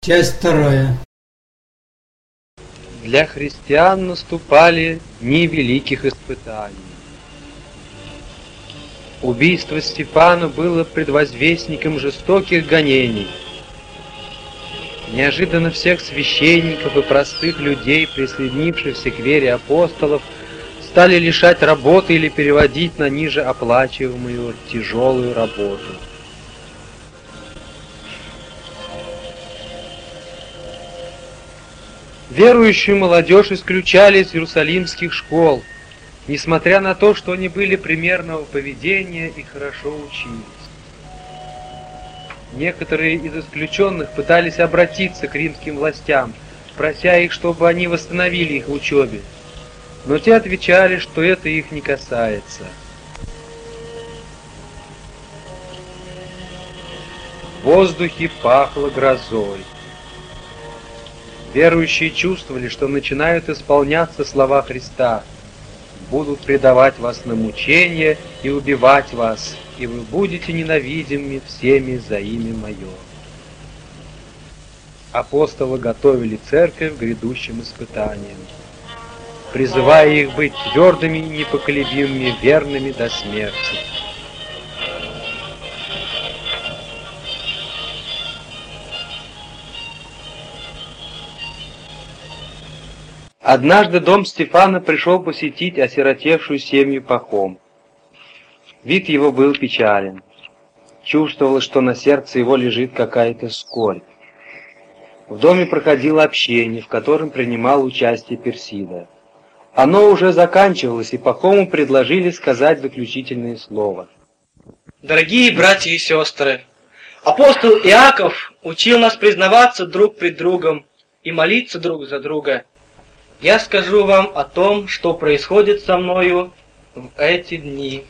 Часть вторая. Для христиан наступали дни великих испытаний. Убийство Стефана было предвозвестником жестоких гонений. Неожиданно всех священников и простых людей, присоединившихся к вере апостолов, стали лишать работы или переводить на ниже оплачиваемую тяжелую работу. Верующую молодежь исключали из иерусалимских школ, несмотря на то, что они были примерного поведения и хорошо учились. Некоторые из исключенных пытались обратиться к римским властям, прося их, чтобы они восстановили их в учебе, но те отвечали, что это их не касается. В воздухе пахло грозой. Верующие чувствовали, что начинают исполняться слова Христа: «Будут предавать вас на мучения и убивать вас, и вы будете ненавидимы всеми за имя Мое». Апостолы готовили церковь к грядущим испытаниям, призывая их быть твердыми и непоколебимыми, верными до смерти. Однажды дом Стефана пришел посетить осиротевшую семью Пахом. Вид его был печален. Чувствовалось, что на сердце его лежит какая-то скорбь. В доме проходило общение, в котором принимал участие Персида. Оно уже заканчивалось, и Пахому предложили сказать заключительное слово. Дорогие братья и сестры, апостол Иаков учил нас признаваться друг пред другом и молиться друг за друга. Я скажу вам о том, что происходит со мною в эти дни.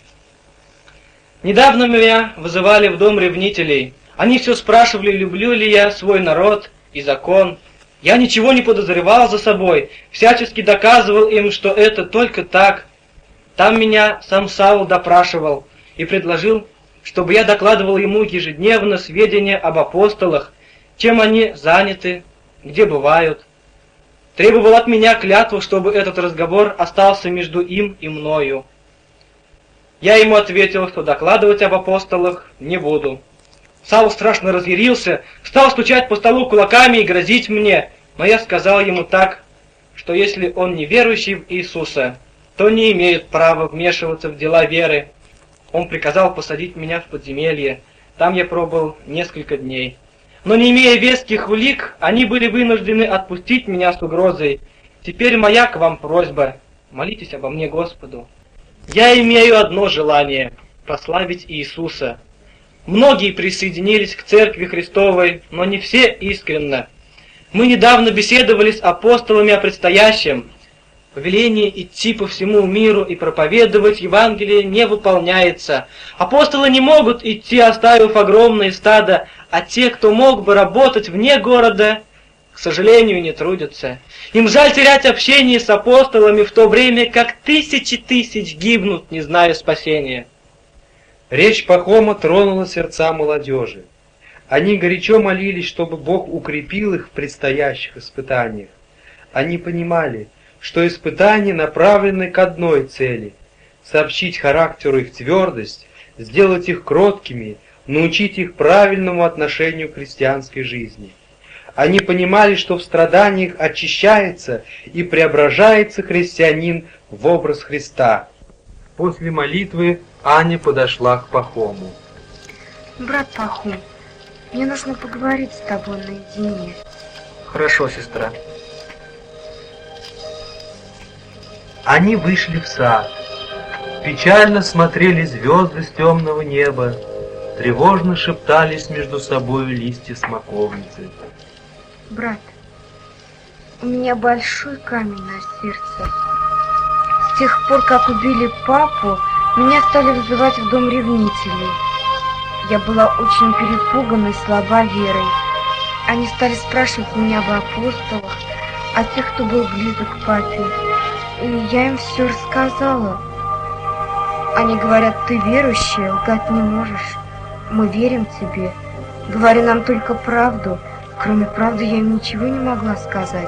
Недавно меня вызывали в дом ревнителей. Они все спрашивали, люблю ли я свой народ и закон. Я ничего не подозревал за собой, всячески доказывал им, что это только так. Там меня сам Саул допрашивал и предложил, чтобы я докладывал ему ежедневно сведения об апостолах, чем они заняты, где бывают. Требовал от меня клятву, чтобы этот разговор остался между им и мною. Я ему ответил, что докладывать об апостолах не буду. Саул страшно разъярился, стал стучать по столу кулаками и грозить мне, но я сказал ему так, что если он не верующий в Иисуса, то не имеет права вмешиваться в дела веры. Он приказал посадить меня в подземелье, там я пробыл несколько дней. Но не имея веских улик, они были вынуждены отпустить меня с угрозой. Теперь моя к вам просьба: молитесь обо мне Господу. Я имею одно желание — прославить Иисуса. Многие присоединились к Церкви Христовой, но не все искренно. Мы недавно беседовали с апостолами о предстоящем. Повеление идти по всему миру и проповедовать Евангелие не выполняется. Апостолы не могут идти, оставив огромные стада, а те, кто мог бы работать вне города, к сожалению, не трудятся. Им жаль терять общение с апостолами в то время, как тысячи тысяч гибнут, не зная спасения. Речь Пахома тронула сердца молодежи. Они горячо молились, чтобы Бог укрепил их в предстоящих испытаниях. Они понимали, что испытания направлены к одной цели — сообщить характеру их твердость, сделать их кроткими, научить их правильному отношению к христианской жизни. Они понимали, что в страданиях очищается и преображается христианин в образ Христа. После молитвы Аня подошла к Пахому. Брат Пахом, мне нужно поговорить с тобой наедине. Хорошо, сестра. Они вышли в сад. Печально смотрели звезды с темного неба, тревожно шептались между собою листья смоковницы. Брат, у меня большой камень на сердце. С тех пор, как убили папу, меня стали вызывать в дом ревнителей. Я была очень перепугана и слаба верой. Они стали спрашивать меня об апостолах, о тех, кто был близок к папе. И я им все рассказала. Они говорят: ты верующая, лгать не можешь. Мы верим тебе. Говори нам только правду. Кроме правды я им ничего не могла сказать.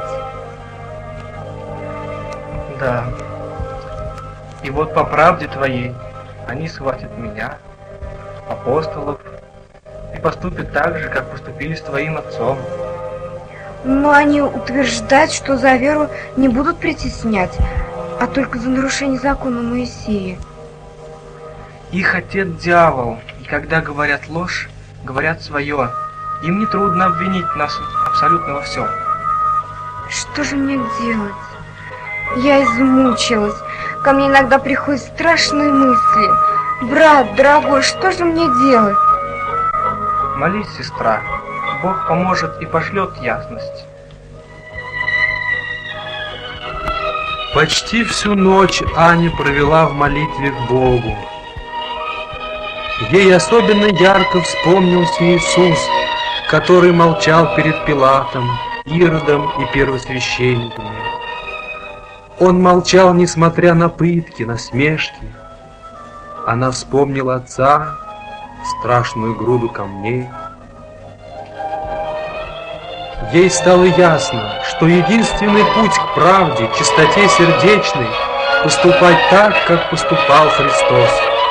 Да. И вот по правде твоей они схватят меня, апостолов, и поступят так же, как поступили с твоим отцом. Но они утверждают, что за веру не будут притеснять, а только за нарушение закона Моисея. Их отец дьявол, и когда говорят ложь, говорят свое. Им нетрудно обвинить нас абсолютно во всем. Что же мне делать? Я измучилась. Ко мне иногда приходят страшные мысли. Брат, дорогой, что же мне делать? Молись, сестра. Бог поможет и пошлет ясность. Почти всю ночь Аня провела в молитве к Богу. Ей особенно ярко вспомнился Иисус, который молчал перед Пилатом, Иродом и первосвященниками. Он молчал, несмотря на пытки, насмешки. Она вспомнила отца, страшную груду камней. Ей стало ясно, что единственный путь к правде, чистоте сердечной — поступать так, как поступал Христос.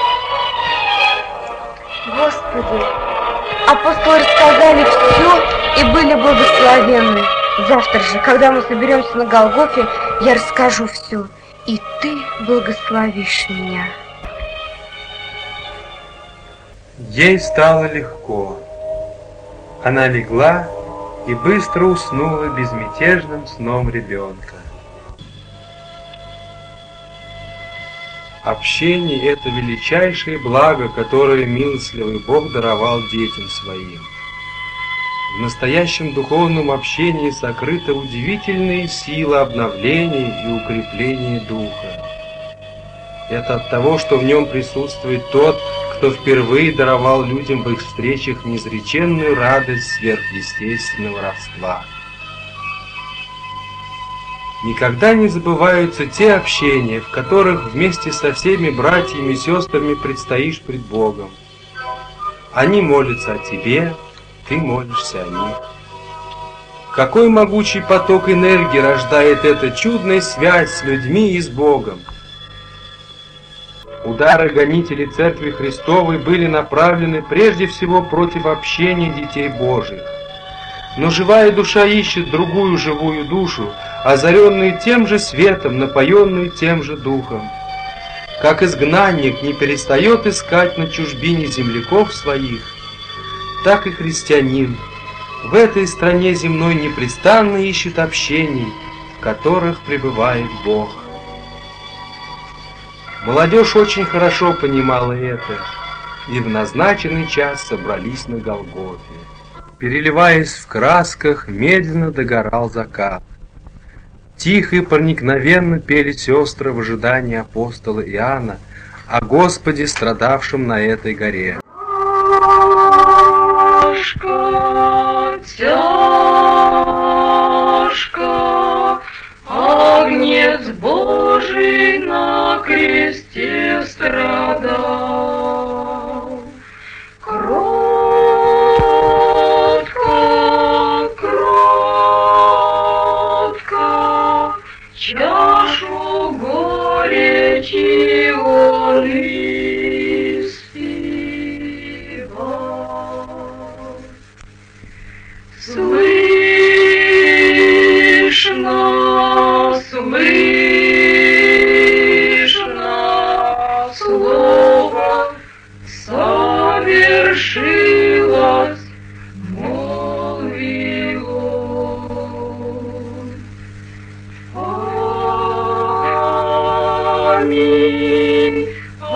Господи, апостолы рассказали все и были благословенны. Завтра же, когда мы соберемся на Голгофе, я расскажу все, и ты благословишь меня. Ей стало легко. Она легла и быстро уснула безмятежным сном ребенка. Общение — это величайшее благо, которое милостливый Бог даровал детям своим. В настоящем духовном общении сокрыта удивительная сила обновления и укрепления духа. Это от того, что в нем присутствует тот, кто впервые даровал людям в их встречах неизреченную радость сверхъестественного родства. Никогда не забываются те общения, в которых вместе со всеми братьями и сестрами предстоишь пред Богом. Они молятся о тебе, ты молишься о них. Какой могучий поток энергии рождает эта чудная связь с людьми и с Богом! Удары гонителей Церкви Христовой были направлены прежде всего против общения детей Божьих. Но живая душа ищет другую живую душу, озаренную тем же светом, напоенную тем же духом. Как изгнанник не перестает искать на чужбине земляков своих, так и христианин в этой стране земной непрестанно ищет общений, в которых пребывает Бог. Молодежь очень хорошо понимала это, и в назначенный час собрались на Голгофе. Переливаясь в красках, медленно догорал закат. Тихо и проникновенно пели сестры в ожидании апостола Иоанна о Господе, страдавшем на этой горе. Тяжко, Агнец Божий на кресте страдал. Кротко, чашу горечи он испевал. Слышно, слово совершилось, молвил он. Аминь,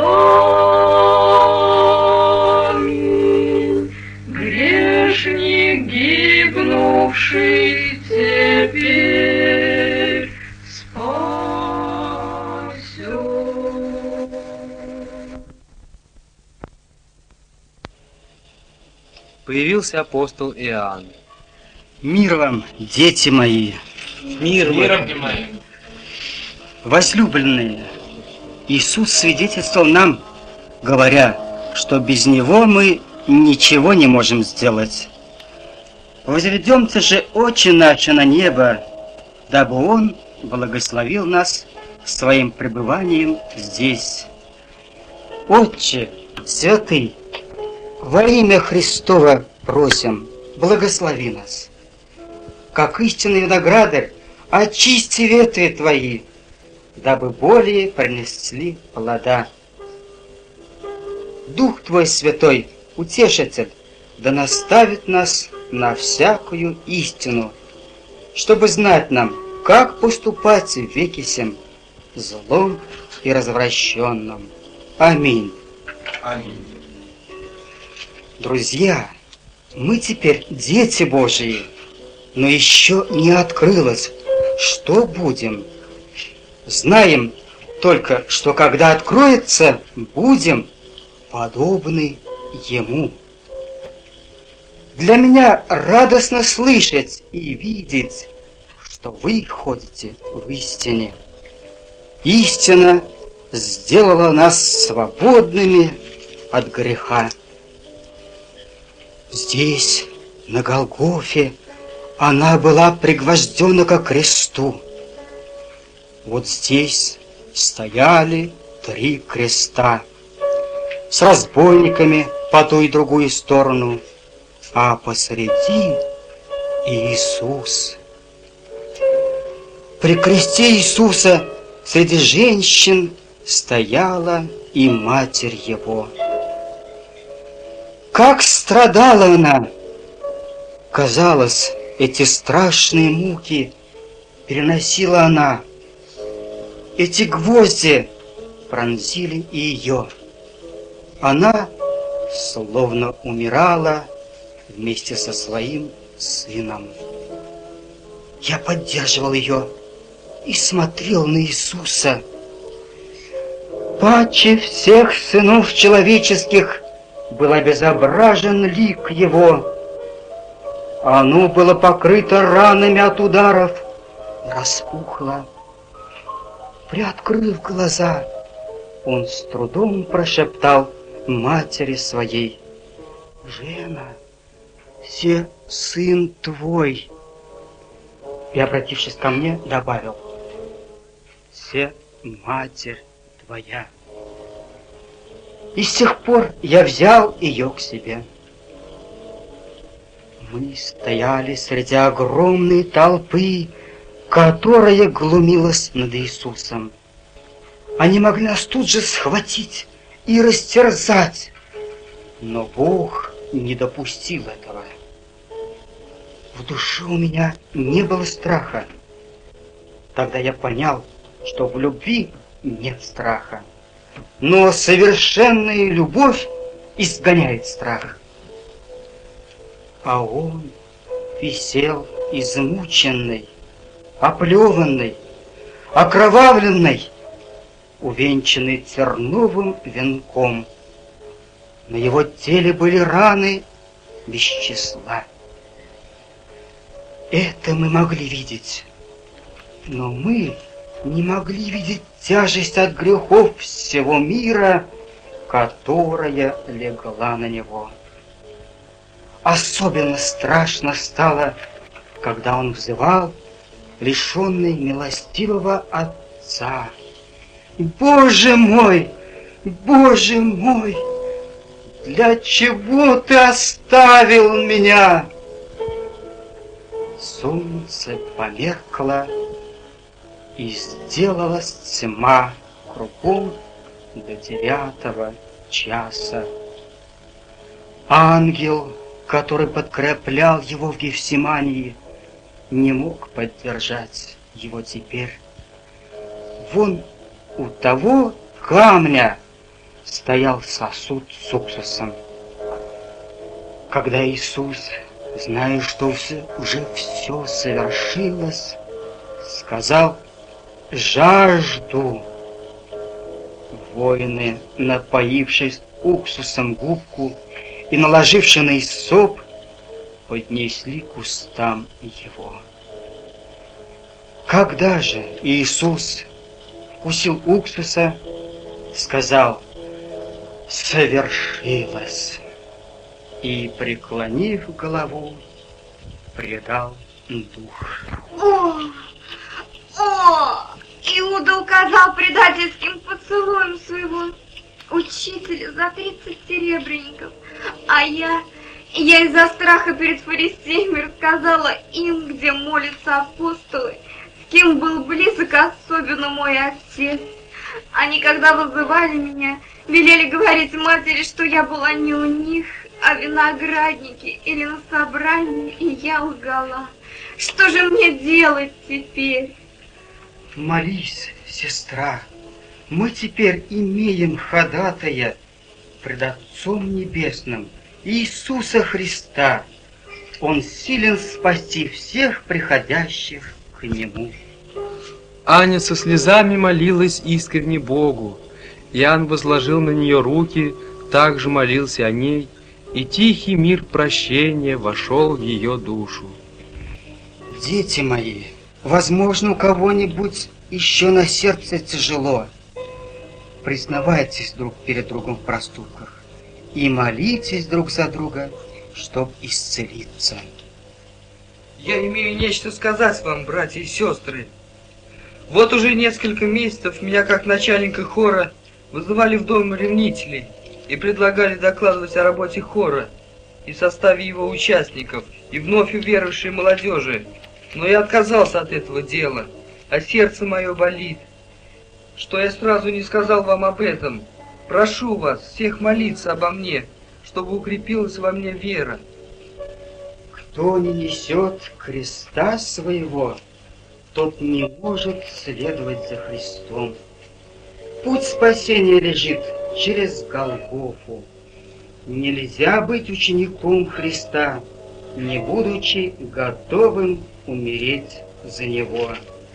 аминь, грешник гибнувший теперь спасен. Появился апостол Иоанн. Мир вам, дети мои! Мир мои! Возлюбленные, Иисус свидетельствовал нам, говоря, что без Него мы ничего не можем сделать. Возведемся же, Отче наш, на небо, дабы Он благословил нас своим пребыванием здесь. Отче святый, во имя Христово просим, благослови нас. Как истинный виноградарь, очисти ветви Твои, дабы более принесли плода. Дух Твой Святой, Утешитель, да наставит нас на всякую истину, чтобы знать нам, как поступать в веке сем, злом и развращенном. Аминь. Аминь. Друзья, мы теперь дети Божии, но еще не открылось, что будем. Знаем только, что когда откроется, будем подобны Ему. Для меня радостно слышать и видеть, что вы ходите в истине. Истина сделала нас свободными от греха. Здесь, на Голгофе, она была пригвождена ко кресту. Вот здесь стояли 3 креста с разбойниками по ту и другую сторону, а посреди Иисус. При кресте Иисуса среди женщин стояла и Матерь Его. Как страдала она! Казалось, эти страшные муки переносила она. Эти гвозди пронзили и ее. Она словно умирала вместе со своим сыном. Я поддерживал ее и смотрел на Иисуса. Паче всех сынов человеческих был обезображен лик Его. Оно было покрыто ранами от ударов, распухло. Приоткрыв глаза, он с трудом прошептал матери своей: «Жена, се сын твой». И, обратившись ко мне, добавил: «Се матерь твоя». И с тех пор я взял ее к себе. Мы стояли среди огромной толпы, которая глумилась над Иисусом. Они могли нас тут же схватить и растерзать, но Бог не допустил этого. В душе у меня не было страха. Тогда я понял, что в любви нет страха, но совершенная любовь изгоняет страх. А он висел измученный, оплеванный, окровавленный, увенчанный терновым венком. На его теле были раны без числа. Это мы могли видеть, но мы не могли видеть тяжесть от грехов всего мира, которая легла на него. Особенно страшно стало, когда он взывал, лишенный милостивого Отца: «Боже мой, Боже мой, для чего ты оставил меня?» Солнце померкло, и сделалась тьма кругом до 9 часа. Ангел, который подкреплял его в Гефсимании, не мог поддержать его теперь. Вон у того камня стоял сосуд с уксусом. Когда Иисус, зная, что уже все совершилось, сказал: «Жажду». Воины, напоившись уксусом губку и наложивши на иссоп, поднесли к устам его. Когда же Иисус вкусил уксуса, сказал: «Совершилось», и, преклонив голову, предал дух. Иуда указал предательским поцелуем своего учителя за 30 серебряников, а я из-за страха перед фарисеями рассказала им, где молятся апостолы, с кем был близок особенно мой отец. Они, когда вызывали меня, велели говорить матери, что я была не у них, а в винограднике или на собрании, и я лгала. Что же мне делать теперь? Молись, сестра, мы теперь имеем ходатая пред Отцом Небесным, Иисуса Христа. Он силен спасти всех приходящих к Нему. Аня со слезами молилась искренне Богу. Иоанн возложил на нее руки, также молился о ней, и тихий мир прощения вошел в ее душу. Дети мои, возможно, у кого-нибудь еще на сердце тяжело. Признавайтесь друг перед другом в проступках и молитесь друг за друга, чтоб исцелиться. Я имею нечто сказать вам, братья и сестры. Вот уже несколько месяцев меня, как начальника хора, вызывали в дом ревнителей и предлагали докладывать о работе хора и составе его участников и вновь уверовавшей молодежи. Но я отказался от этого дела, а сердце мое болит, что я сразу не сказал вам об этом. Прошу вас всех молиться обо мне, чтобы укрепилась во мне вера. Кто не несет креста своего, тот не может следовать за Христом. Путь спасения лежит через Голгофу. Нельзя быть учеником Христа, не будучи готовым умереть за Него.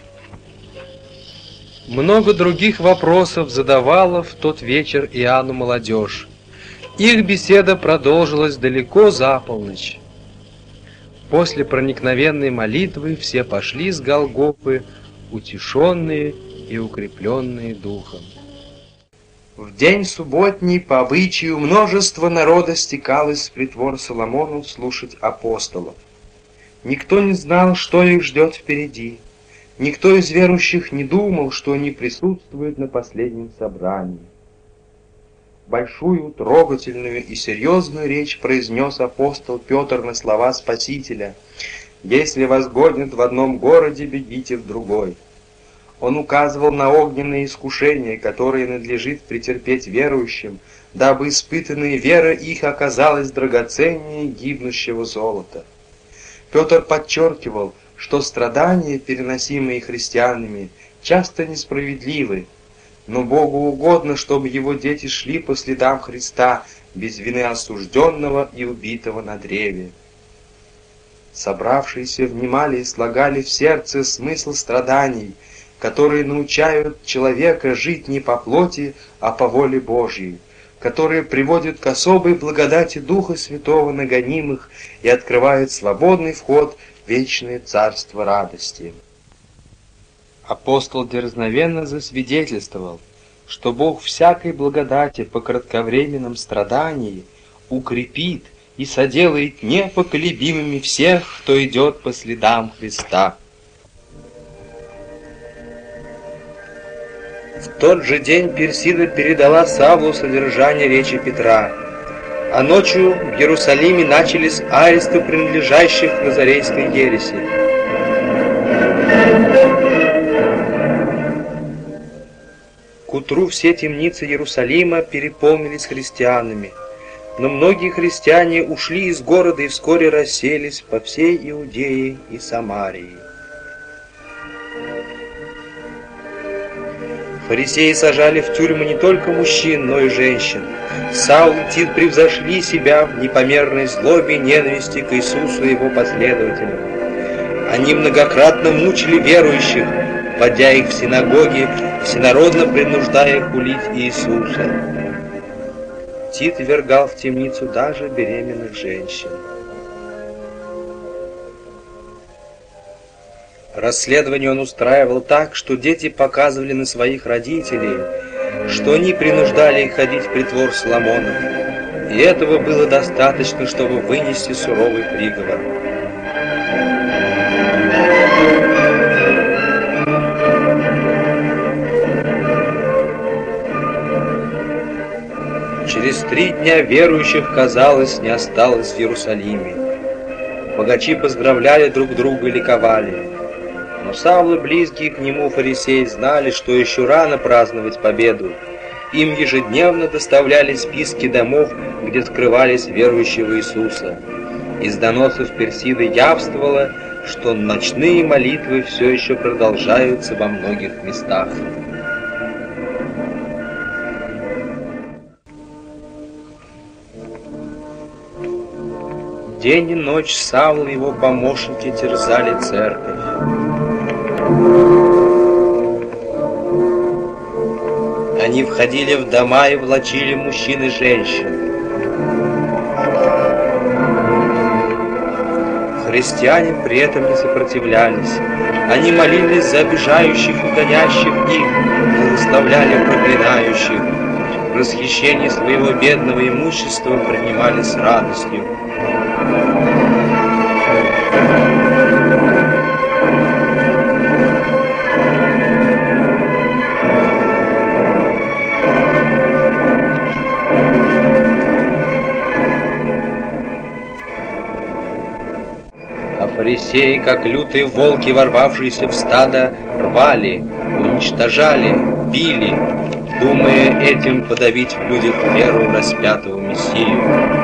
Много других вопросов задавала в тот вечер Иоанну молодежь. Их беседа продолжилась далеко за полночь. После проникновенной молитвы все пошли с Голгофы, утешенные и укрепленные духом. В день субботний по обычаю множество народа стекалось в притвор Соломонов слушать апостолов. Никто не знал, что их ждет впереди. Никто из верующих не думал, что они присутствуют на последнем собрании. Большую, трогательную и серьезную речь произнес апостол Петр на слова Спасителя: «Если вас гонят в одном городе, бегите в другой». Он указывал на огненные искушения, которые надлежит претерпеть верующим, дабы испытанная вера их оказалась драгоценнее гибнущего золота. Петр подчеркивал, что страдания, переносимые христианами, часто несправедливы, но Богу угодно, чтобы его дети шли по следам Христа, без вины осужденного и убитого на древе. Собравшиеся внимали и слагали в сердце смысл страданий, которые научают человека жить не по плоти, а по воле Божьей, которые приводят к особой благодати Духа Святого на гонимых и открывают свободный вход в вечное царство радости. Апостол дерзновенно засвидетельствовал, что Бог всякой благодати по кратковременном страдании укрепит и соделает непоколебимыми всех, кто идет по следам Христа. В тот же день Персида передала Савлу содержание речи Петра, а ночью в Иерусалиме начались аресты принадлежащих к назарейской ереси. К утру все темницы Иерусалима переполнились христианами, но многие христиане ушли из города и вскоре расселись по всей Иудее и Самарии. Фарисеи сажали в тюрьмы не только мужчин, но и женщин. Саул и Тит превзошли себя в непомерной злобе и ненависти к Иисусу и его последователям. Они многократно мучили верующих, вводя их в синагоги, всенародно принуждая хулить Иисуса. Тит ввергал в темницу даже беременных женщин. Расследование он устраивал так, что дети показывали на своих родителей, что они принуждали их ходить в притвор Соломонов, и этого было достаточно, чтобы вынести суровый приговор. Через 3 дня верующих, казалось, не осталось в Иерусалиме. Богачи поздравляли друг друга и ликовали. Но Савл и близкие к нему фарисеи знали, что еще рано праздновать победу. Им ежедневно доставляли списки домов, где скрывались верующие в Иисуса. Из доносов Персиды явствовало, что ночные молитвы все еще продолжаются во многих местах. День и ночь Савл и его помощники терзали церковь. Они входили в дома и влачили мужчин и женщин. Христиане при этом не сопротивлялись. Они молились за обижающих и гонящих их, благословляли проклинающих. Расхищение своего бедного имущества принимали с радостью. Фарисеи, как лютые волки, ворвавшиеся в стадо, рвали, уничтожали, били, думая этим подавить в людях веру распятого Мессию.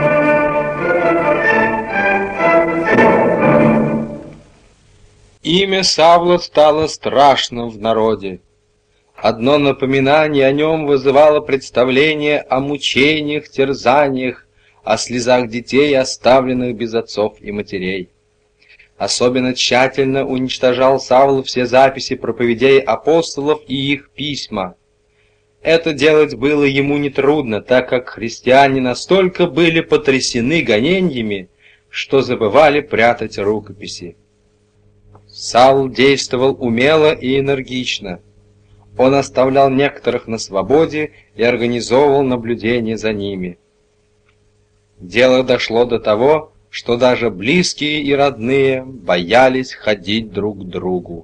Имя Савла стало страшным в народе. Одно напоминание о нем вызывало представление о мучениях, терзаниях, о слезах детей, оставленных без отцов и матерей. Особенно тщательно уничтожал Савл все записи проповедей апостолов и их письма. Это делать было ему нетрудно, так как христиане настолько были потрясены гонениями, что забывали прятать рукописи. Савл действовал умело и энергично. Он оставлял некоторых на свободе и организовывал наблюдение за ними. Дело дошло до того, что даже близкие и родные боялись ходить друг к другу.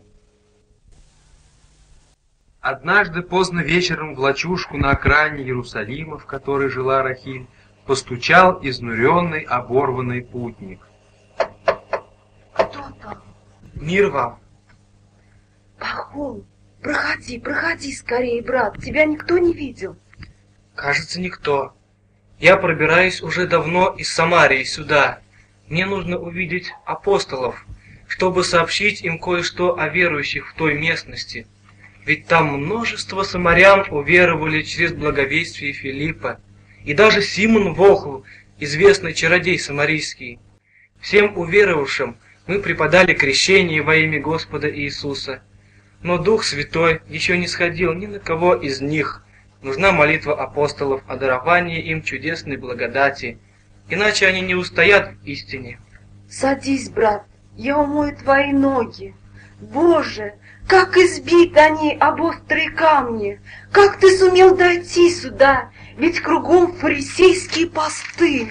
Однажды поздно вечером в лачужку на окраине Иерусалима, в которой жила Рахиль, постучал изнуренный, оборванный путник. Кто там? Мир вам. Пахом, проходи скорее, брат. Тебя никто не видел. Кажется, никто. Я пробираюсь уже давно из Самарии сюда. Мне нужно увидеть апостолов, чтобы сообщить им кое-что о верующих в той местности. Ведь там множество самарян уверовали через благовестие Филиппа, и даже Симон Вохл, известный чародей самарийский. Всем уверовавшим мы преподали крещение во имя Господа Иисуса. Но Дух Святой еще не сходил ни на кого из них. Нужна молитва апостолов о даровании им чудесной благодати, иначе они не устоят в истине. Садись, брат, я умою твои ноги. Боже, как избиты они об острые камни! Как ты сумел дойти сюда? Ведь кругом фарисейские посты.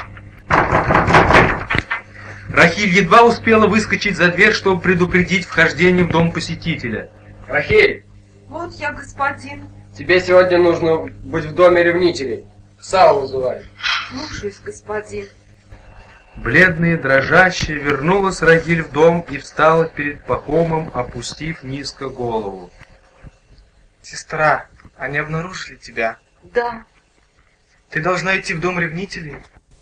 Рахиль едва успела выскочить за дверь, чтобы предупредить вхождение в дом посетителя. Рахиль, Вот я, господин. тебе сегодня нужно быть в доме ревнителей. Савл вызывает. Слушаюсь, господин. Бледная и дрожащая вернулась Рахиль в дом и встала перед Пахомом, опустив низко голову. Сестра, они обнаружили тебя. Да. Ты должна идти в дом ревнителей.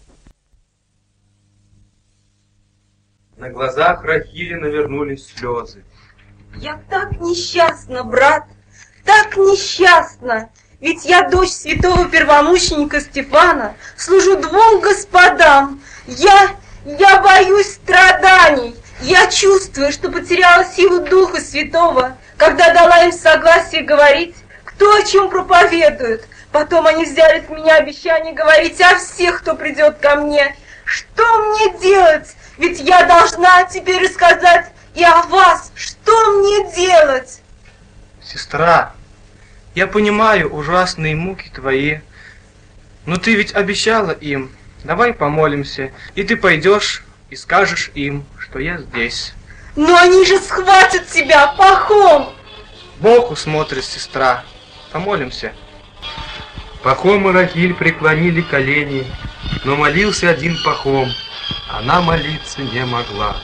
На глазах Рахили навернулись слезы. Я так несчастна, брат, так несчастна. Ведь я дочь святого первомученика Стефана, служу 2 господам. Я боюсь страданий. Я чувствую, что потеряла силу Духа Святого, когда дала им согласие говорить, кто о чем проповедует. Потом они взяли с меня обещание говорить о всех, кто придет ко мне. Что мне делать? Ведь я должна теперь рассказать и о вас. Что мне делать? Сестра, я понимаю ужасные муки твои, но ты ведь обещала им. Давай помолимся, и ты пойдешь и скажешь им, что я здесь. Но они же схватят тебя, Пахом! Бог усмотрит, сестра. Помолимся. Пахом и Рахиль преклонили колени, но молился один Пахом, она молиться не могла.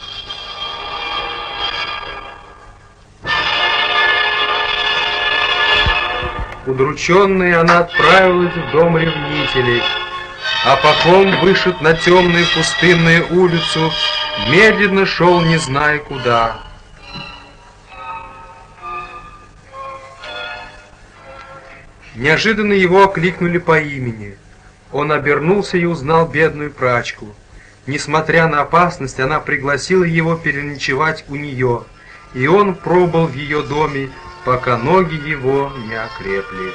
Удрученная она отправилась в дом ревнителей, а Пахом, вышед на темную пустынную улицу, медленно шел, не зная куда. Неожиданно его окликнули по имени. Он обернулся и узнал бедную прачку. Несмотря на опасность, она пригласила его переночевать у нее, и он пробыл в ее доме, пока ноги его не окрепли.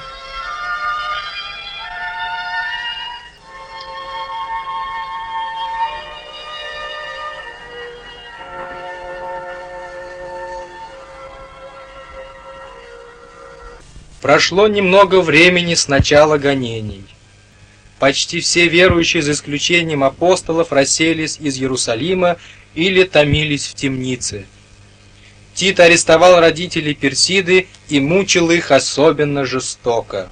Прошло немного времени с начала гонений. Почти все верующие, за исключением апостолов, расселись из Иерусалима или томились в темнице. Тит арестовал родителей Персиды и мучил их особенно жестоко.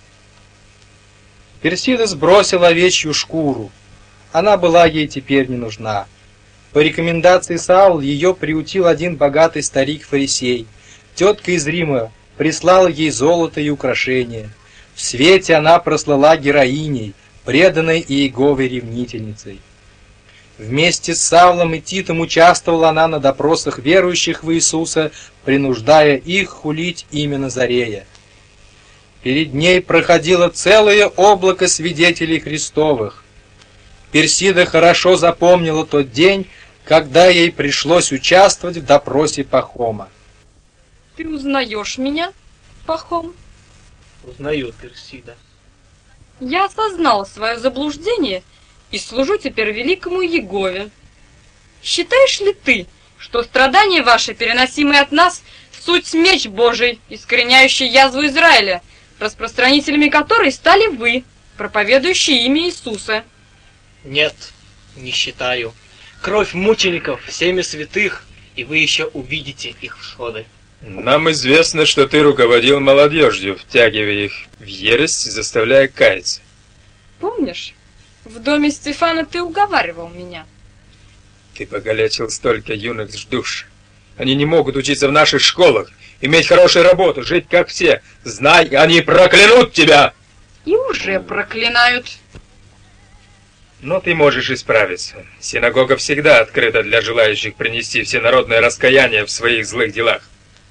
Персида сбросила овечью шкуру. Она была ей теперь не нужна. По рекомендации Саула ее приютил один богатый старик-фарисей. Тетка из Рима прислала ей золото и украшения. В свете она прослыла героиней, преданной Иегове ревнительницей. Вместе с Савлом и Титом участвовала она на допросах верующих в Иисуса, принуждая их хулить имя Назарея. Перед ней проходило целое облако свидетелей Христовых. Персида хорошо запомнила тот день, когда ей пришлось участвовать в допросе Пахома. Ты узнаешь меня, Пахом? Узнаю, Персида. Я осознал свое заблуждение и служу теперь великому Иегове. Считаешь ли ты, что страдания ваши, переносимые от нас, суть меч Божий, искореняющий язву Израиля, распространителями которой стали вы, проповедующие имя Иисуса? Нет, не считаю. Кровь мучеников, семя святых, и вы еще увидите их всходы. Нам известно, что ты руководил молодежью, втягивая их в ересь, заставляя каяться. Помнишь, в доме Стефана ты уговаривал меня? Ты покалечил столько юных душ. Они не могут учиться в наших школах, иметь хорошую работу, жить как все. Знай, они проклянут тебя! И уже проклинают. Но ты можешь исправиться. Синагога всегда открыта для желающих принести всенародное раскаяние в своих злых делах.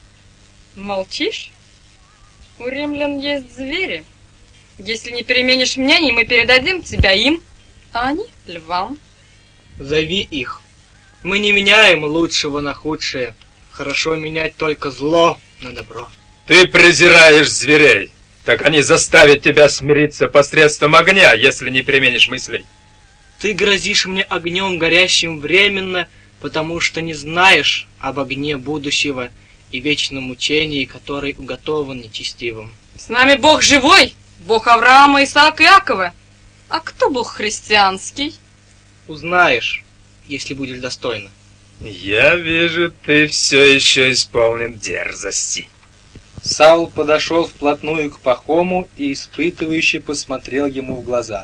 Молчишь? У римлян есть звери. Если не переменишь мнений, мы передадим тебя им, а они львам. Зови их. Мы не меняем лучшего на худшее. Хорошо менять только зло на добро. Ты презираешь зверей. Так они заставят тебя смириться посредством огня, если не переменишь мыслей. Ты грозишь мне огнем горящим временно, потому что не знаешь об огне будущего и вечном мучении, который уготован нечестивым. С нами Бог живой, Бог Авраама, Исаака и Иакова. А кто Бог христианский? Узнаешь, если будешь достойна. Я вижу, ты все еще исполнен дерзости. Саул подошел вплотную к Пахому и испытывающе посмотрел ему в глаза.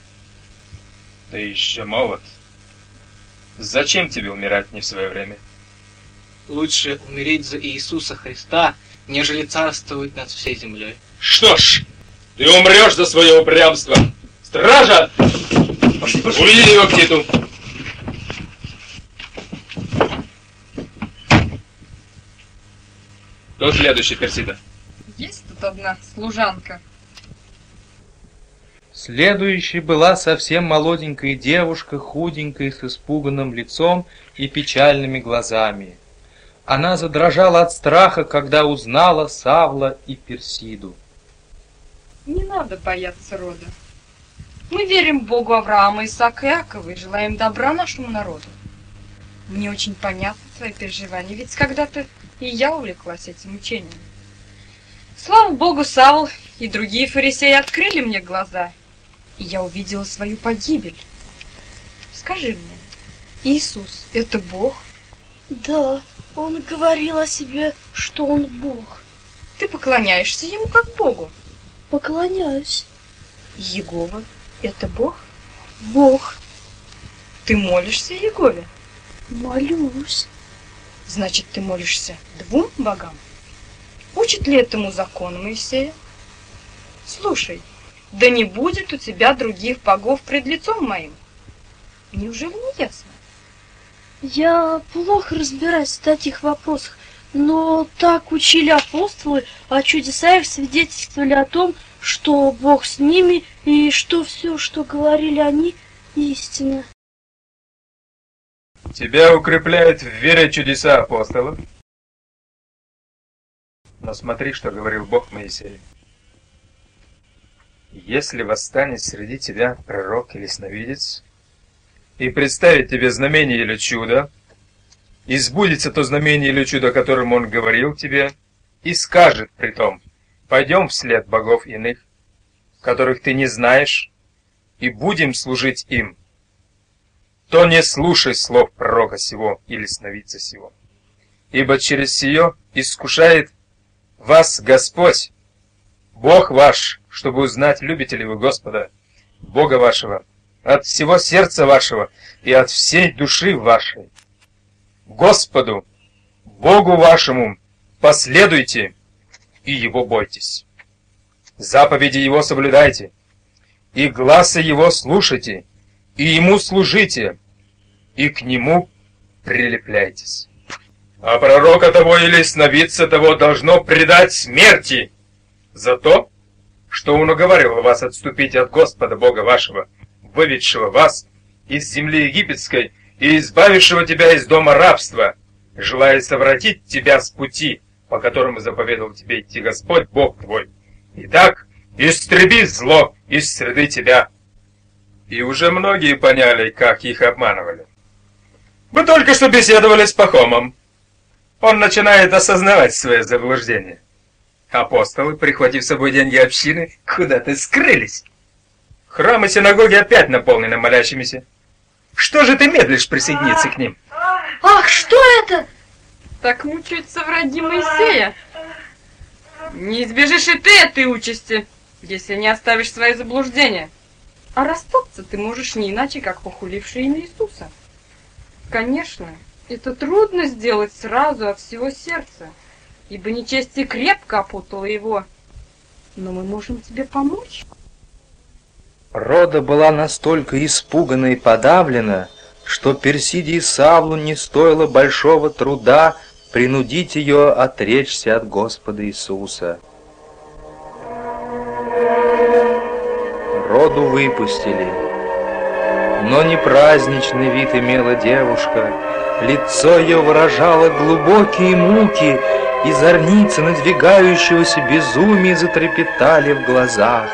Ты еще молод. Зачем тебе умирать не в свое время? Лучше умереть за Иисуса Христа, нежели царствовать над всей землей. Что ж, ты умрешь за свое упрямство. Стража! Уведи его к Титу. Кто следующий, Персида? Есть тут одна служанка. Следующей была совсем молоденькая девушка, худенькая, с испуганным лицом и печальными глазами. Она задрожала от страха, когда узнала Савла и Персиду. Не надо бояться рода. Мы верим в Богу Авраама, Исаака и Иакова и желаем добра нашему народу. Мне очень понятны твои переживания, ведь когда-то и я увлеклась этим учением. Слава Богу, Савл и другие фарисеи открыли мне глаза, и я увидела свою погибель. Скажи мне, Иисус — это Бог? Да, он говорил о себе, что он Бог. Ты поклоняешься ему как Богу? поклоняюсь. Егова — это Бог? Бог. Ты молишься Егове? Молюсь. Значит, ты молишься двум богам? Учит ли этому закон Моисея? Слушай, да не будет у тебя других богов пред лицом моим. Неужели не ясно? Я плохо разбираюсь в таких вопросах, но так учили апостолы, а чудеса их свидетельствовали о том, что Бог с ними и что все, что говорили они, истина. Тебя укрепляют в вере чудеса апостолов. Но смотри, что говорил Бог Моисею. Если восстанет среди тебя пророк или сновидец, и представит тебе знамение или чудо, и сбудется то знамение или чудо, о котором он говорил тебе, и скажет притом: пойдем вслед богов иных, которых ты не знаешь, и будем служить им, то не слушай слов пророка сего или сновидца сего, ибо через сие искушает вас Господь, Бог ваш, чтобы узнать, любите ли вы Господа, Бога вашего, от всего сердца вашего и от всей души вашей. Господу, Богу вашему, последуйте и Его бойтесь. Заповеди Его соблюдайте, и гласа Его слушайте, и Ему служите, и к Нему прилепляйтесь. А пророка того или сновидца того должно предать смерти за то, что он уговорил вас отступить от Господа Бога вашего, выведшего вас из земли египетской и избавившего тебя из дома рабства, желая совратить тебя с пути, по которому заповедовал тебе идти Господь Бог твой. Итак, истреби зло из среды тебя. И уже многие поняли, как их обманывали. Вы только что беседовали с Пахомом. Он начинает осознавать свое заблуждение. Апостолы, прихватив с собой деньги общины, куда-то скрылись. Храмы и синагоги опять наполнены молящимися. Что же ты медлишь присоединиться к ним? Ах, что это? Так мучаются враги Моисея. Не избежишь и ты этой участи, если не оставишь свои заблуждения. А расстаться ты можешь не иначе, как похуливший имя Иисуса. Конечно, это трудно сделать сразу от всего сердца, ибо нечестие крепко опутало его. Но мы можем тебе помочь. Рода была настолько испугана и подавлена, что Персиде и Савлу не стоило большого труда принудить ее отречься от Господа Иисуса. Роду выпустили, но не праздничный вид имела девушка, лицо ее выражало глубокие муки, и зорницы надвигающегося безумия затрепетали в глазах.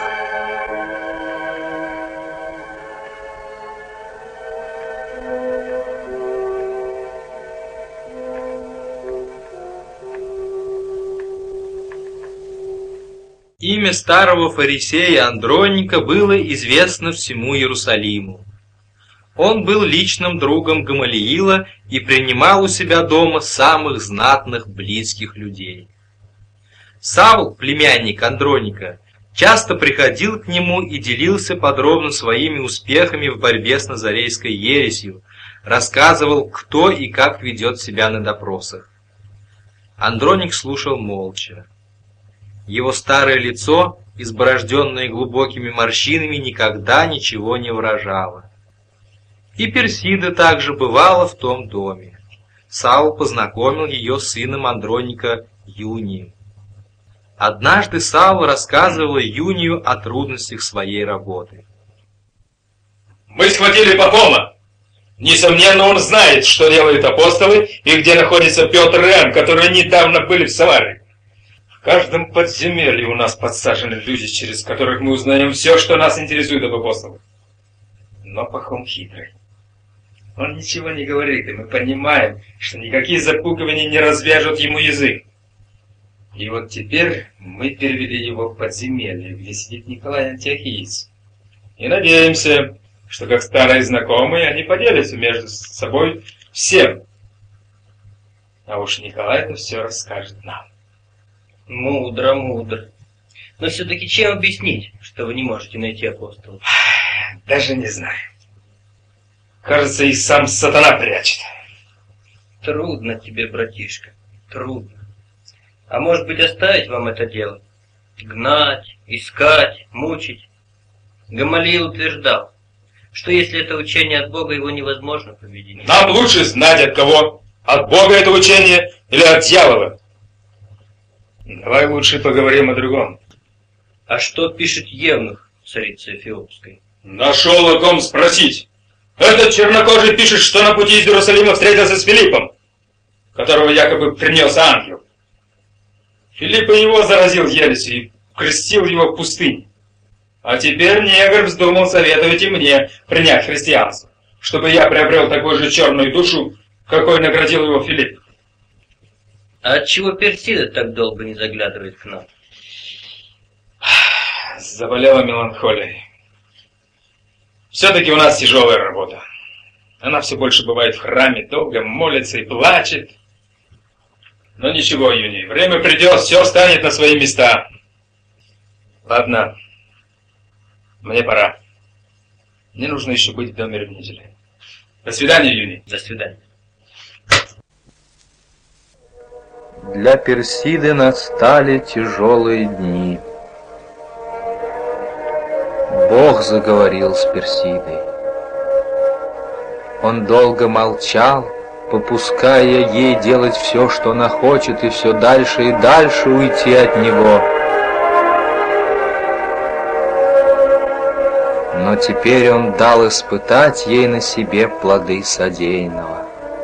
Имя старого фарисея Андроника было известно всему Иерусалиму. Он был личным другом Гамалиила и принимал у себя дома самых знатных близких людей. Савл, племянник Андроника, часто приходил к нему и делился подробно своими успехами в борьбе с назарейской ересью, рассказывал, кто и как ведет себя на допросах. Андроник слушал молча. Его старое лицо, изборожденное глубокими морщинами, никогда ничего не выражало. И Персида также бывала в том доме. Савл познакомил ее с сыном Андроника Юнием. Однажды Савл рассказывал Юнию о трудностях своей работы. Мы схватили Пахома. Несомненно, он знает, что делают апостолы и где находится Петр и Иоанн, которые недавно были в Самаре. В каждом подземелье у нас подсажены люди, через которых мы узнаем все, что нас интересует об апостолах. Но Пахом хитрый. Он ничего не говорит, и мы понимаем, что никакие запугивания не развяжут ему язык. И вот теперь мы перевели его в подземелье, где сидит Николай Антиохиец. И надеемся, что как старые знакомые они поделятся между собой всем. А уж Николай это все расскажет нам. Мудро, мудро. Но все-таки чем объяснить, что вы не можете найти апостолов? Даже не знаю. Кажется, и сам сатана прячет. Трудно тебе, братишка, трудно. А может быть, оставить вам это дело? Гнать, искать, мучить? Гамалиил утверждал, что если это учение от Бога, его невозможно победить. Нам лучше знать от кого. От Бога это учение или от дьявола? Давай лучше поговорим о другом. А что пишет Евнух, царица Эфиопской? Нашел о ком спросить. Этот чернокожий пишет, что на пути из Иерусалима встретился с Филиппом, которого якобы принес ангел. Филипп и его заразил ересью и крестил его в пустыне. А теперь негр вздумал советовать и мне принять христианство, чтобы я приобрел такую же черную душу, какой наградил его Филипп. А отчего Персида так долго не заглядывает к нам? Заболела меланхолией. Все-таки у нас тяжелая работа. Она все больше бывает в храме, долго молится и плачет. Но ничего, Юний, время придет, все станет на свои места. Ладно, мне пора. Мне нужно еще быть в доме ревнителя. До свидания, Юний. До свидания. Для Персиды настали тяжелые дни. Бог заговорил с Персидой. Он долго молчал, попуская ей делать все, что она хочет, и все дальше и дальше уйти от него. Но теперь он дал испытать ей на себе плоды содеянного.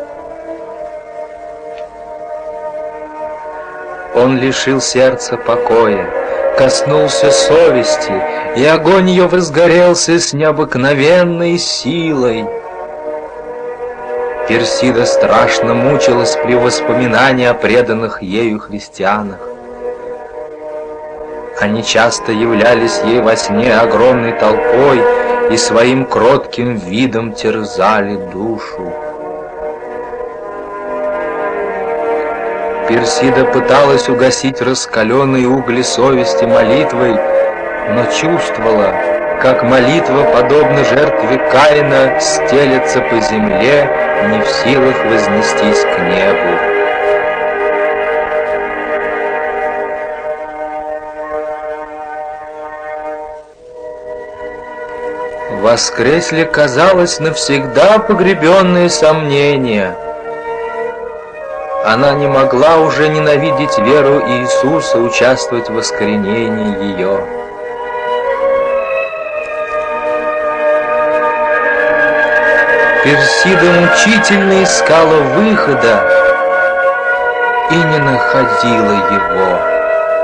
Он лишил сердца покоя, коснулся совести, и огонь ее возгорелся с необыкновенной силой. Персида страшно мучилась при воспоминании о преданных ею христианах. Они часто являлись ей во сне огромной толпой и своим кротким видом терзали душу. Персида пыталась угасить раскаленные угли совести молитвой, но чувствовала, как молитва, подобно жертве Каина, стелется по земле, не в силах вознестись к небу. Воскресли, казалось, навсегда погребенные сомнения. Она не могла уже ненавидеть веру Иисуса, участвовать в воскоренении ее. Персида мучительно искала выхода и не находила его.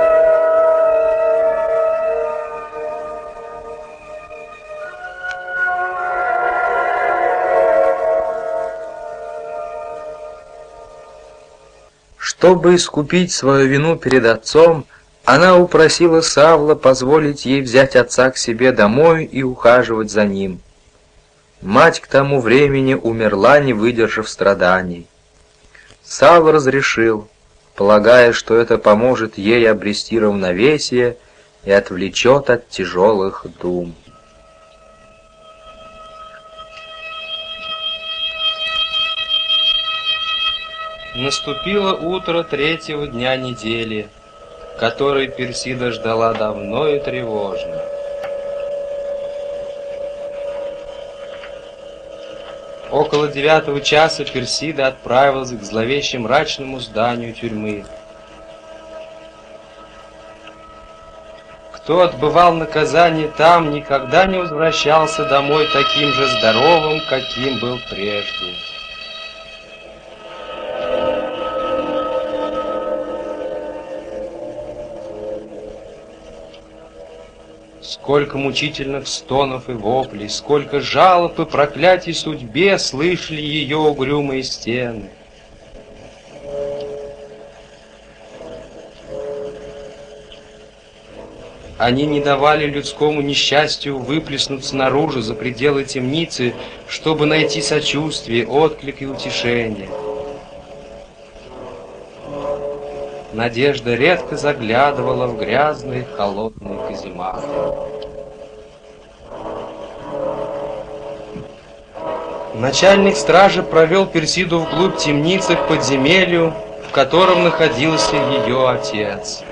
Чтобы искупить свою вину перед отцом, она упросила Савла позволить ей взять отца к себе домой и ухаживать за ним. Мать к тому времени умерла, не выдержав страданий. Савл разрешил, полагая, что это поможет ей обрести равновесие и отвлечет от тяжелых дум. Наступило утро третьего дня недели, который Персида ждала давно и тревожно. Около 9 часа Персида отправилась к зловещему мрачному зданию тюрьмы. Кто отбывал наказание там, никогда не возвращался домой таким же здоровым, каким был прежде. Сколько мучительных стонов и воплей, сколько жалоб и проклятий судьбе слышали ее угрюмые стены. Они не давали людскому несчастью выплеснуться наружу за пределы темницы, чтобы найти сочувствие, отклик и утешение. Надежда редко заглядывала в грязные холодные казематы. Начальник стражи провел Персиду вглубь темницы к подземелью, в котором находился ее отец.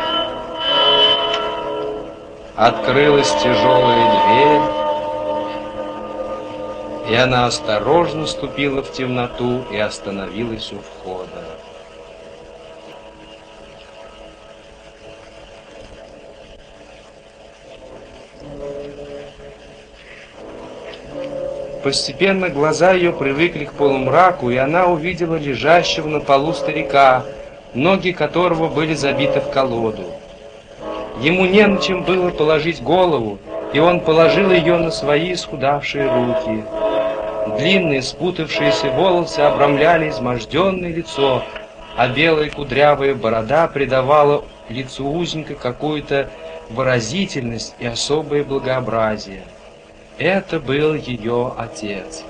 Открылась тяжелая дверь, и она осторожно ступила в темноту и остановилась у входа. Постепенно глаза ее привыкли к полумраку, и она увидела лежащего на полу старика, ноги которого были забиты в колоду. Ему не на чем было положить голову, и он положил ее на свои исхудавшие руки. Длинные спутавшиеся волосы обрамляли изможденное лицо, а белая кудрявая борода придавала лицу узника какую-то выразительность и особое благообразие. Это был ее отец.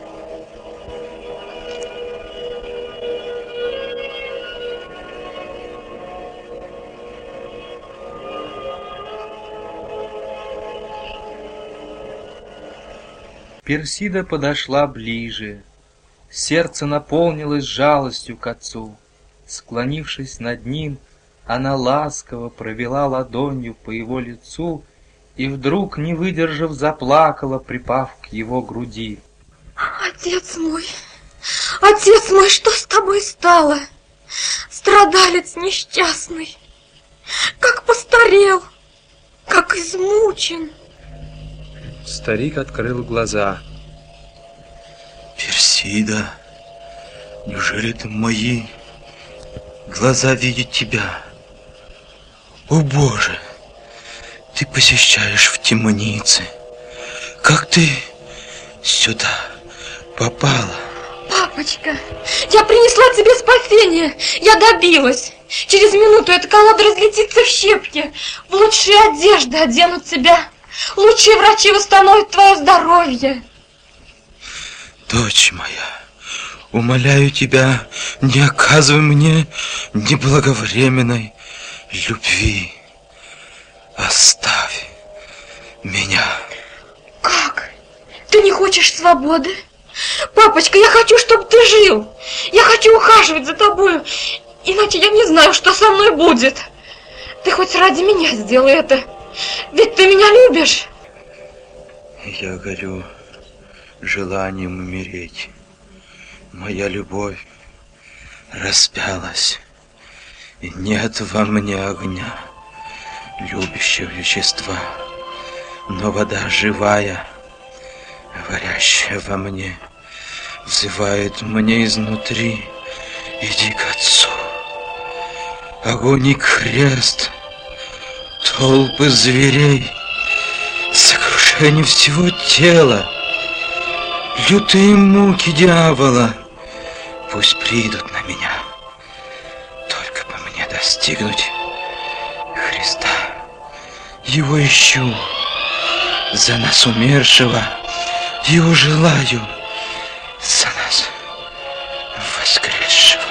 Персида подошла ближе. Сердце наполнилось жалостью к отцу. Склонившись над ним, она ласково провела ладонью по его лицу и вдруг, не выдержав, заплакала, припав к его груди. Отец мой, что с тобой стало? Страдалец несчастный, как постарел, как измучен. Старик открыл глаза. Персида, неужели это мои глаза видят тебя? О Боже! Ты посещаешь в темнице. Как ты сюда попала? Папочка, я принесла тебе спасение. Я добилась. Через минуту эта колода разлетится в щепки. В лучшие одежды оденут тебя. Лучшие врачи восстановят твое здоровье. Дочь моя, умоляю тебя, не оказывай мне неблаговременной любви. Оставь меня. Как? Ты не хочешь свободы? Папочка, я хочу, чтобы ты жил. Я хочу ухаживать за тобою. Иначе я не знаю, что со мной будет. Ты хоть ради меня сделай это. Ведь ты меня любишь. Я горю желанием умереть. Моя любовь распялась, и нет во мне огня любящего вещества, но вода живая, варящая во мне, взывает мне изнутри: иди к отцу. Огонь и крест, толпы зверей, сокрушение всего тела, лютые муки дьявола, пусть придут на меня, только бы мне достигнуть Христа. Его ищу, за нас умершего, его желаю, за нас воскресшего.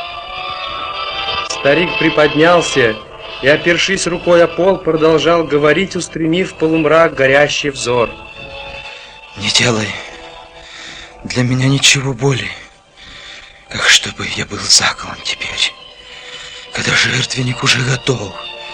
Старик приподнялся и, опершись рукой о пол, продолжал говорить, устремив в полумрак горящий взор. Не делай для меня ничего более, как чтобы я был заколон теперь, когда жертвенник уже готов.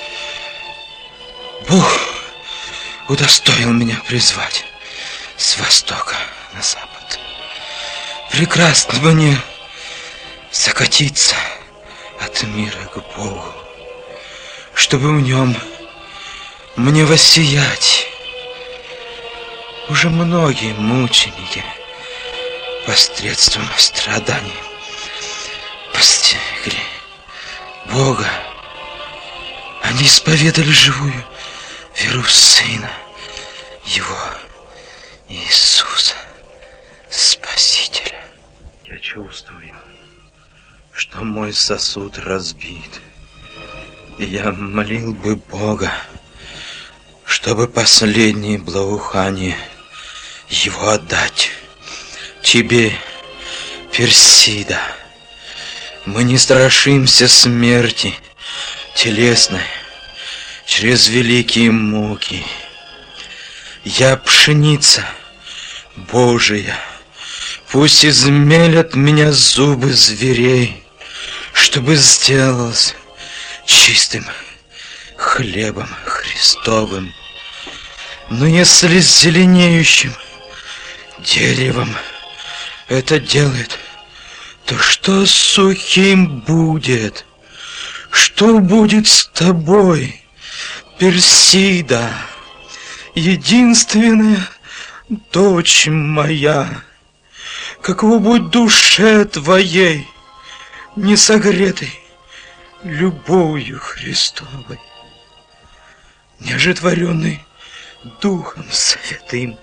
Бог удостоил меня призвать с востока на запад. Прекрасно мне закатиться от мира к Богу, чтобы в нем мне воссиять. Уже многие мученики посредством страданий постигли Бога. Они исповедали живую веру в Сына Его, Иисуса, Спасителя. Я чувствую, что мой сосуд разбит, и я молил бы Бога, чтобы последнее благоухание Его отдать тебе, Персида. Мы не страшимся смерти, телесной, через великие муки. Я пшеница Божия, пусть измелят меня зубы зверей, чтобы сделалось чистым хлебом Христовым. Но если с зеленеющим деревом это делает, то что с сухим будет? Что будет с тобой, Персида, единственная дочь моя? Каково будет душе твоей, не согретой любовью Христовой, неожитворенной Духом Святым?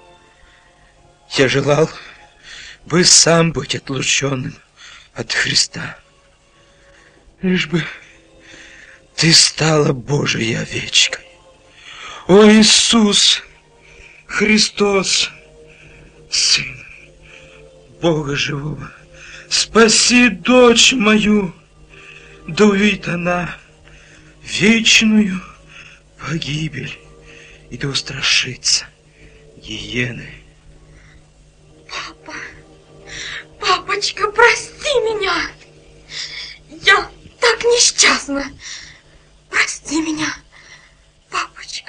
Я желал бы сам быть отлученным от Христа, лишь бы ты стала Божией овечкой. О Иисус Христос, Сын Бога Живого, спаси дочь мою, да увидит она вечную погибель и да устрашится гиены. Папа, папочка, прости меня. Я так несчастна. Прости меня, папочка.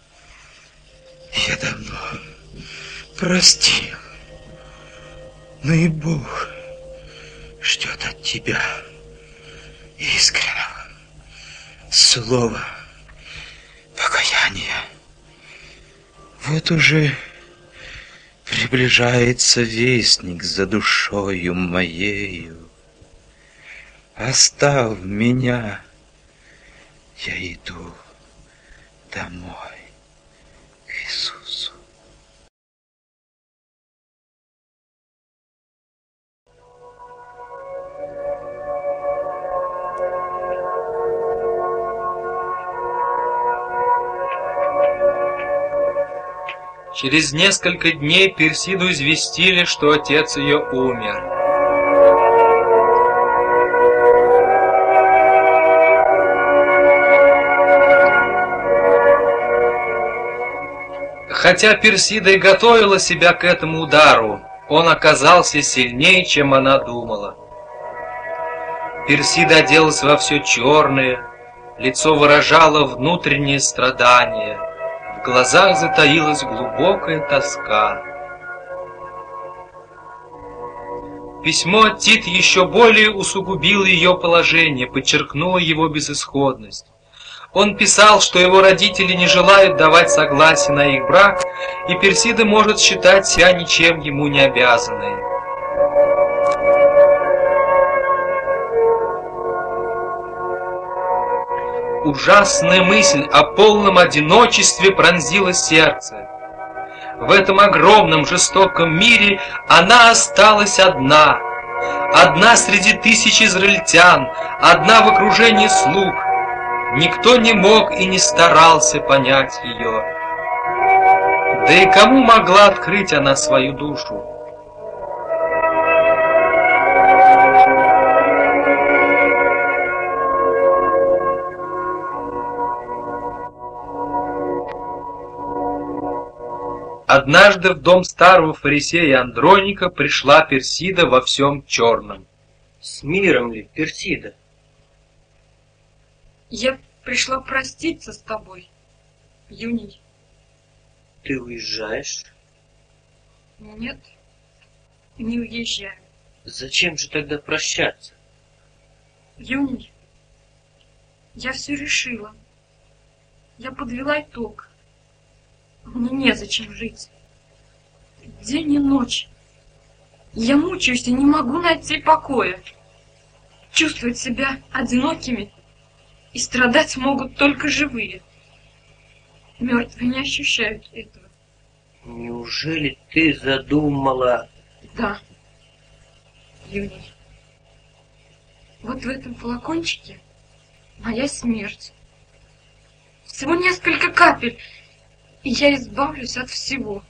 Я давно простил, но и Бог ждет от тебя искреннего слова покаяния. Вот уже приближается вестник за душою моею. Оставь меня, я иду домой к Иисусу. Через несколько дней Персиду известили, что отец ее умер. Хотя Персида и готовила себя к этому удару, он оказался сильнее, чем она думала. Персида оделась во все черное, лицо выражало внутреннее страдание, в глазах затаилась глубокая тоска. Письмо Тит еще более усугубило ее положение, подчеркнуло его безысходность. Он писал, что его родители не желают давать согласие на их брак, и Персида может считать себя ничем ему не обязанной. Ужасная мысль о полном одиночестве пронзила сердце. В этом огромном жестоком мире она осталась одна. Одна среди тысяч израильтян, одна в окружении слуг. Никто не мог и не старался понять ее. Да и кому могла открыть она свою душу? Однажды в дом старого фарисея Андроника пришла Персида во всем черном. С миром ли, Персида? Я пришла проститься с тобой, Юний. Ты уезжаешь? Нет, не уезжаю. Зачем же тогда прощаться? Юний, я все решила. Я подвела итог. Мне незачем жить. День и ночь. Я мучаюсь и не могу найти покоя. Чувствовать себя одинокими и страдать могут только живые. Мертвые не ощущают этого. Неужели ты задумала... Да, Юний. Вот в этом флакончике моя смерть. Всего несколько капель, и я избавлюсь от всего.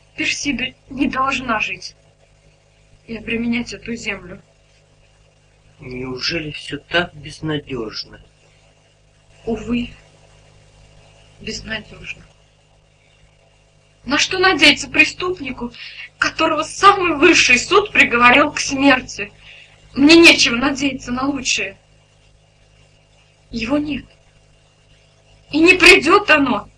Персида не должна жить и обременять эту землю. Неужели все так безнадежно? Увы, безнадежно. На что надеяться преступнику, которого самый высший суд приговорил к смерти? Мне нечего надеяться на лучшее. Его нет. И не придет оно.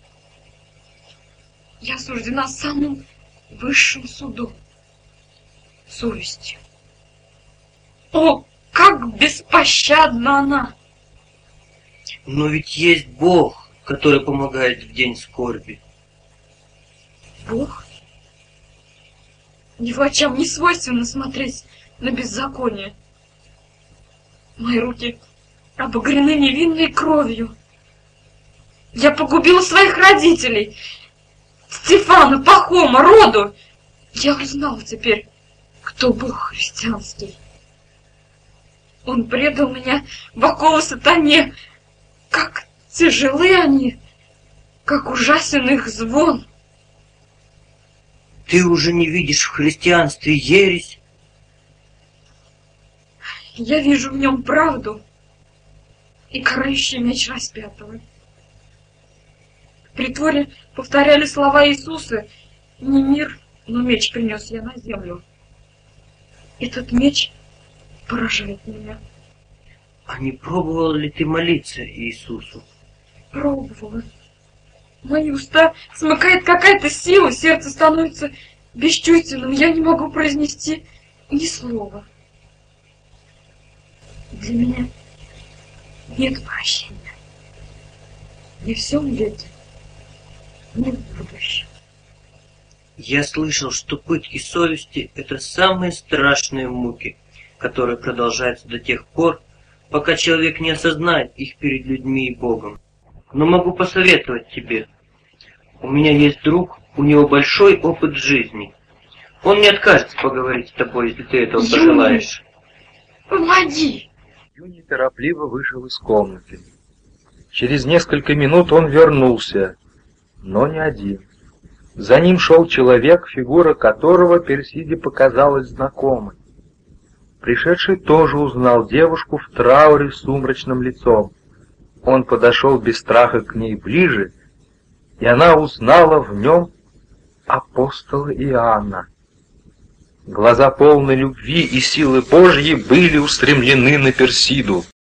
Я осуждена самым высшим судом. Совестью. О, как беспощадна она! Но ведь есть Бог, который помогает в день скорби. Бог? Его очам не свойственно смотреть на беззаконие. Мои руки обогрены невинной кровью. Я погубила своих родителей. Стефана, Пахома, Роду. Я узнала теперь, кто Бог христианский. Он предал меня в оковы сатане. Как тяжелы они, как ужасен их звон. Ты уже не видишь в христианстве ересь? Я вижу в нем правду и карающий меч распятого. В притворе повторяли слова Иисуса: не мир, но меч принес я на землю. Этот меч поражает меня. А не пробовал ли ты молиться Иисусу? Пробовала. Мои уста смыкает какая-то сила, сердце становится бесчувственным, я не могу произнести ни слова. Для меня нет прощения. Ни в всем веке, ни в будущем. Я слышал, что пытки совести — это самые страшные муки, которые продолжаются до тех пор, пока человек не осознает их перед людьми и Богом. Но могу посоветовать тебе. У меня есть друг, у него большой опыт жизни. Он не откажется поговорить с тобой, если ты этого пожелаешь. Помоги! Юни торопливо вышел из комнаты. Через несколько минут он вернулся, но не один. За ним шел человек, фигура которого Персиде показалась знакомой. Пришедший тоже узнал девушку в трауре с сумрачным лицом. Он подошел без страха к ней ближе, и она узнала в нем апостола Иоанна. Глаза полной любви и силы Божьей были устремлены на Персиду.